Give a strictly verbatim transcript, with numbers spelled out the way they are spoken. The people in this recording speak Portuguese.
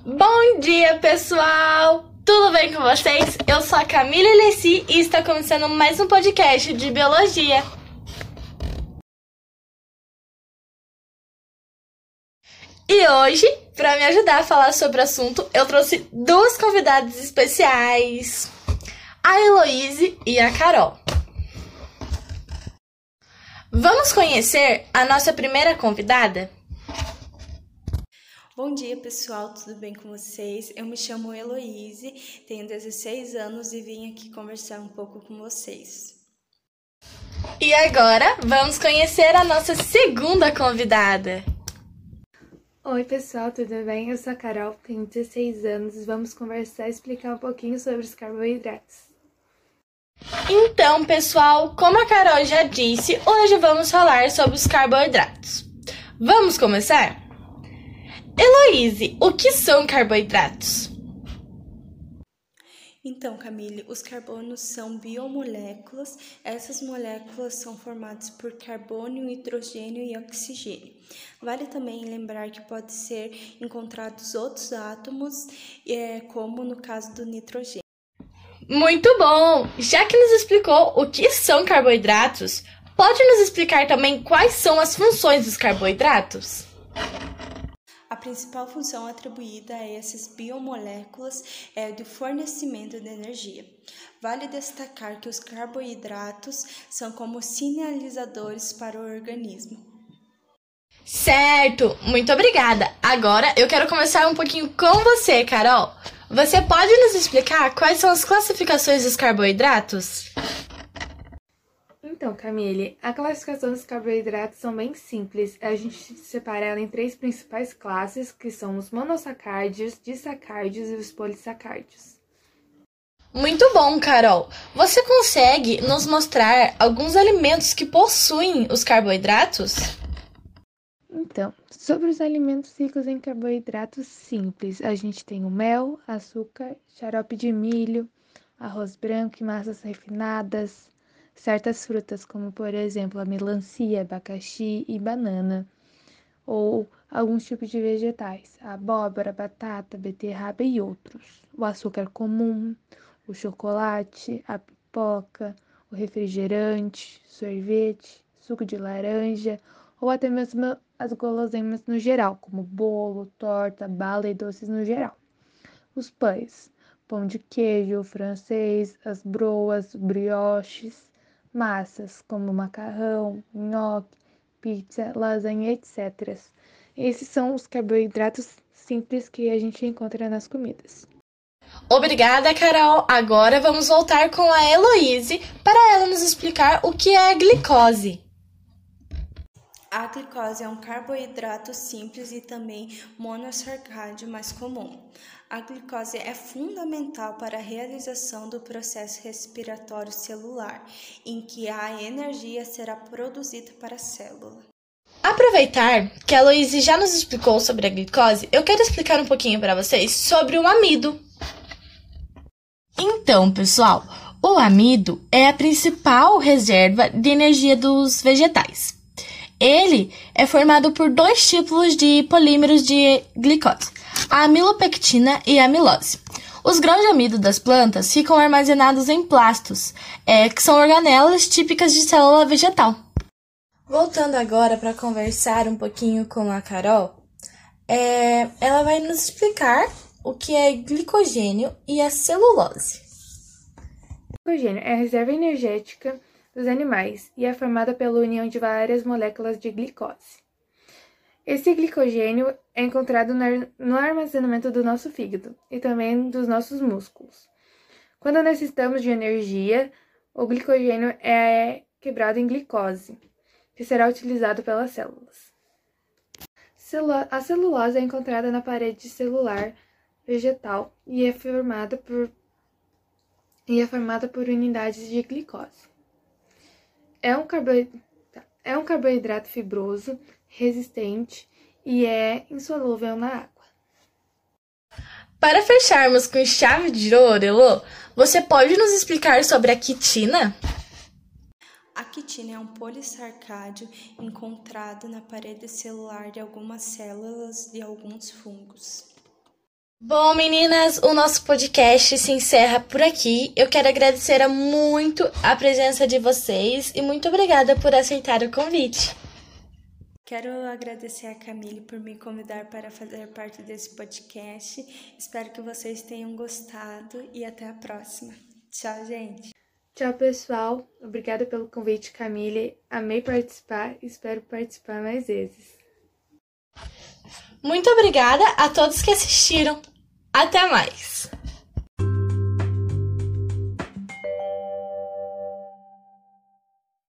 Bom dia, pessoal! Tudo bem com vocês? Eu sou a Camila Leci e está começando mais um podcast de Biologia. E hoje, para me ajudar a falar sobre o assunto, eu trouxe duas convidadas especiais, a Heloíse e a Carol. Vamos conhecer a nossa primeira convidada? Bom dia, pessoal, tudo bem com vocês? Eu me chamo Heloíse, tenho dezesseis anos e vim aqui conversar um pouco com vocês. E agora, vamos conhecer a nossa segunda convidada. Oi, pessoal, tudo bem? Eu sou a Carol, tenho dezesseis anos e vamos conversar e explicar um pouquinho sobre os carboidratos. Então, pessoal, como a Carol já disse, hoje vamos falar sobre os carboidratos. Vamos começar? Heloíse, o que são carboidratos? Então, Camille, os carbonos são biomoléculas. Essas moléculas são formadas por carbono, hidrogênio e oxigênio. Vale também lembrar que pode ser encontrados outros átomos, como no caso do nitrogênio. Muito bom! Já que nos explicou o que são carboidratos, pode nos explicar também quais são as funções dos carboidratos? A principal função atribuída a essas biomoléculas é do fornecimento de energia. Vale destacar que os carboidratos são como sinalizadores para o organismo. Certo! Muito obrigada! Agora eu quero começar um pouquinho com você, Carol. Você pode nos explicar quais são as classificações dos carboidratos? Então, Camille, a classificação dos carboidratos são bem simples. A gente separa ela em três principais classes, que são os monossacáridos, disacáridos e os polissacáridos. Muito bom, Carol! Você consegue nos mostrar alguns alimentos que possuem os carboidratos? Então, sobre os alimentos ricos em carboidratos simples, a gente tem o mel, açúcar, xarope de milho, arroz branco e massas refinadas, certas frutas como, por exemplo, a melancia, abacaxi e banana, ou alguns tipos de vegetais, a abóbora, batata, beterraba e outros. O açúcar comum, o chocolate, a pipoca, o refrigerante, sorvete, suco de laranja, ou até mesmo as guloseimas no geral, como bolo, torta, bala e doces no geral. Os pães, pão de queijo, francês, as broas, brioches, massas como macarrão, nhoque, pizza, lasanha, etcétera. Esses são os carboidratos simples que a gente encontra nas comidas. Obrigada, Carol! Agora vamos voltar com a Heloíse para ela nos explicar o que é a glicose. A glicose é um carboidrato simples e também monossacárido mais comum. A glicose é fundamental para a realização do processo respiratório celular, em que a energia será produzida para a célula. Aproveitar que a Heloíse já nos explicou sobre a glicose, eu quero explicar um pouquinho para vocês sobre o amido. Então, pessoal, o amido é a principal reserva de energia dos vegetais. Ele é formado por dois tipos de polímeros de glicose, a amilopectina e a amilose. Os grãos de amido das plantas ficam armazenados em plastos, é, que são organelas típicas de célula vegetal. Voltando agora para conversar um pouquinho com a Carol, é, ela vai nos explicar o que é glicogênio e a celulose. Glicogênio é a reserva energética dos animais e é formada pela união de várias moléculas de glicose. Esse glicogênio é encontrado no armazenamento do nosso fígado e também dos nossos músculos. Quando necessitamos de energia, o glicogênio é quebrado em glicose, que será utilizado pelas células. A celulose é encontrada na parede celular vegetal e é formada por, e é formada por unidades de glicose. É um, carboidrato, é um carboidrato fibroso, resistente e é insolúvel na água. Para fecharmos com chave de ouro, Elô, você pode nos explicar sobre a quitina? A quitina é um polissacárido encontrado na parede celular de algumas células de alguns fungos. Bom, meninas, o nosso podcast se encerra por aqui. Eu quero agradecer muito a presença de vocês e muito obrigada por aceitar o convite. Quero agradecer a Camille por me convidar para fazer parte desse podcast. Espero que vocês tenham gostado e até a próxima. Tchau, gente. Tchau, pessoal. Obrigada pelo convite, Camille. Amei participar e espero participar mais vezes. Muito obrigada a todos que assistiram. Até mais!